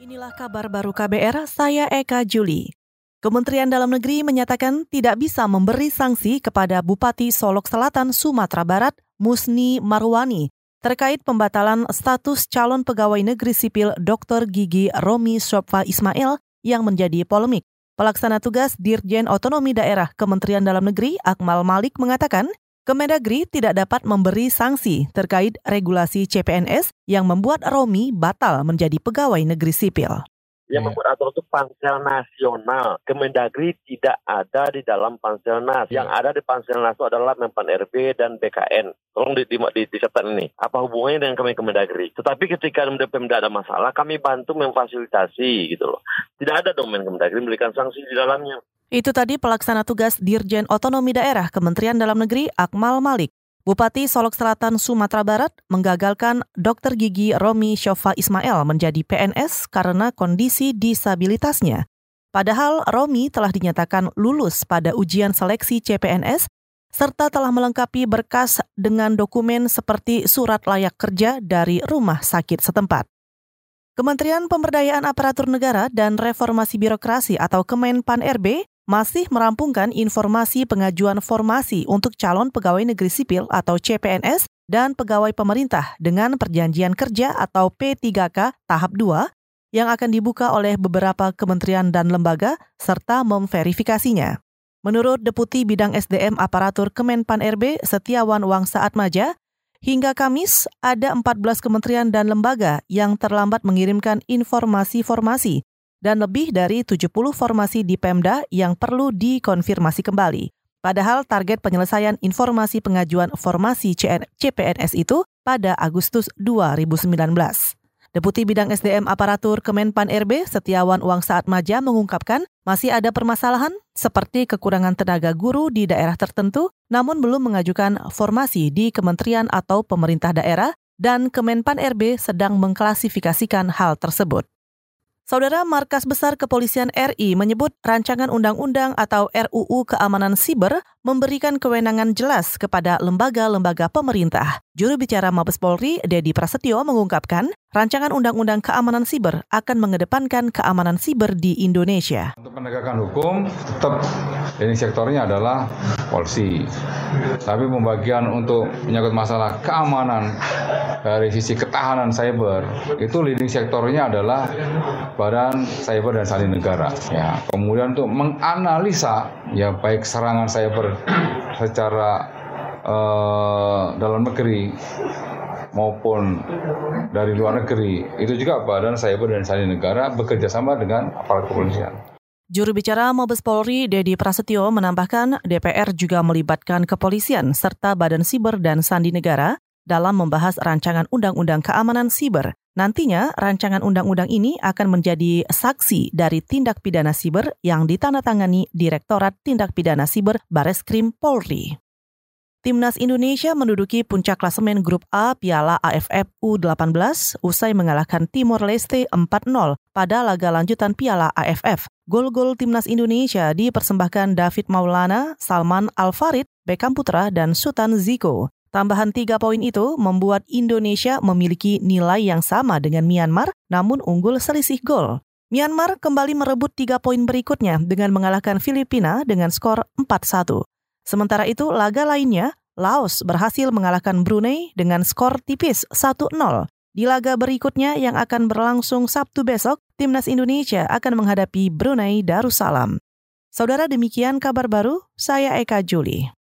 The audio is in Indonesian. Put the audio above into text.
Inilah kabar baru KBR, saya Eka Juli. Kementerian Dalam Negeri menyatakan tidak bisa memberi sanksi kepada Bupati Solok Selatan, Sumatera Barat, Musni Marwani, terkait pembatalan status calon pegawai negeri sipil Dr. Gigi Romi Syoffa Ismail yang menjadi polemik. Pelaksana tugas Dirjen Otonomi Daerah Kementerian Dalam Negeri Akmal Malik mengatakan, Kemendagri tidak dapat memberi sanksi terkait regulasi CPNS yang membuat Romi batal menjadi pegawai negeri sipil. Yang membuat aturan itu Pansel Nasional. Kemendagri tidak ada di dalam Panselnas. Yang ada di Panselnas itu adalah Menpan RB dan BKN. Tolong dicatat ini. Apa hubungannya dengan Kemendagri? Tetapi ketika Pemda ada masalah, kami bantu memfasilitasi gitu loh. Tidak ada domain Kemendagri memberikan sanksi di dalamnya. Itu tadi pelaksana tugas Dirjen Otonomi Daerah Kementerian Dalam Negeri Akmal Malik. Bupati Solok Selatan, Sumatera Barat menggagalkan Dr. Gigi Romi Syoffa Ismail menjadi PNS karena kondisi disabilitasnya. Padahal Romi telah dinyatakan lulus pada ujian seleksi CPNS serta telah melengkapi berkas dengan dokumen seperti surat layak kerja dari rumah sakit setempat. Kementerian Pemberdayaan Aparatur Negara dan Reformasi Birokrasi atau Kemenpan RB masih merampungkan informasi pengajuan formasi untuk calon pegawai negeri sipil atau CPNS dan pegawai pemerintah dengan perjanjian kerja atau P3K tahap 2 yang akan dibuka oleh beberapa kementerian dan lembaga serta memverifikasinya. Menurut Deputi Bidang SDM Aparatur Kemenpan RB Setiawan Wangsaatmaja, hingga Kamis ada 14 kementerian dan lembaga yang terlambat mengirimkan informasi formasi dan lebih dari 70 formasi di Pemda yang perlu dikonfirmasi kembali. Padahal target penyelesaian informasi pengajuan formasi CPNS itu pada Agustus 2019. Deputi Bidang SDM Aparatur Kemenpan RB Setiawan Wangsaatmaja mengungkapkan masih ada permasalahan seperti kekurangan tenaga guru di daerah tertentu, namun belum mengajukan formasi di kementerian atau pemerintah daerah dan Kemenpan RB sedang mengklasifikasikan hal tersebut. Saudara, Markas Besar Kepolisian RI menyebut rancangan undang-undang atau RUU Keamanan Siber memberikan kewenangan jelas kepada lembaga-lembaga pemerintah. Juru bicara Mabes Polri, Dedi Prasetyo, mengungkapkan rancangan undang-undang keamanan siber akan mengedepankan keamanan siber di Indonesia. Untuk penegakan hukum, tetap ini sektornya adalah polisi. Tapi pembagian untuk menyangkut masalah keamanan dari sisi ketahanan cyber, itu leading sektornya adalah Badan Cyber dan Sandi Negara. Ya, kemudian untuk menganalisa ya baik serangan cyber secara dalam negeri maupun dari luar negeri, itu juga Badan Cyber dan Sandi Negara bekerja sama dengan aparat kepolisian. Juru bicara Mabes Polri, Dedi Prasetyo, menambahkan DPR juga melibatkan kepolisian serta Badan Siber dan Sandi Negara dalam membahas rancangan undang-undang keamanan siber. Nantinya, rancangan undang-undang ini akan menjadi saksi dari tindak pidana siber yang ditandatangani Direktorat Tindak Pidana Siber Bareskrim Polri. Timnas Indonesia menduduki puncak klasemen Grup A Piala AFF U18 usai mengalahkan Timor Leste 4-0 pada laga lanjutan Piala AFF. Gol-gol Timnas Indonesia dipersembahkan David Maulana, Salman Al-Farid, Beckham Putra, dan Sultan Ziko. Tambahan 3 poin itu membuat Indonesia memiliki nilai yang sama dengan Myanmar, namun unggul selisih gol. Myanmar kembali merebut 3 poin berikutnya dengan mengalahkan Filipina dengan skor 4-1. Sementara itu, laga lainnya, Laos berhasil mengalahkan Brunei dengan skor tipis 1-0. Di laga berikutnya yang akan berlangsung Sabtu besok, Timnas Indonesia akan menghadapi Brunei Darussalam. Saudara, demikian kabar baru, saya Eka Juli.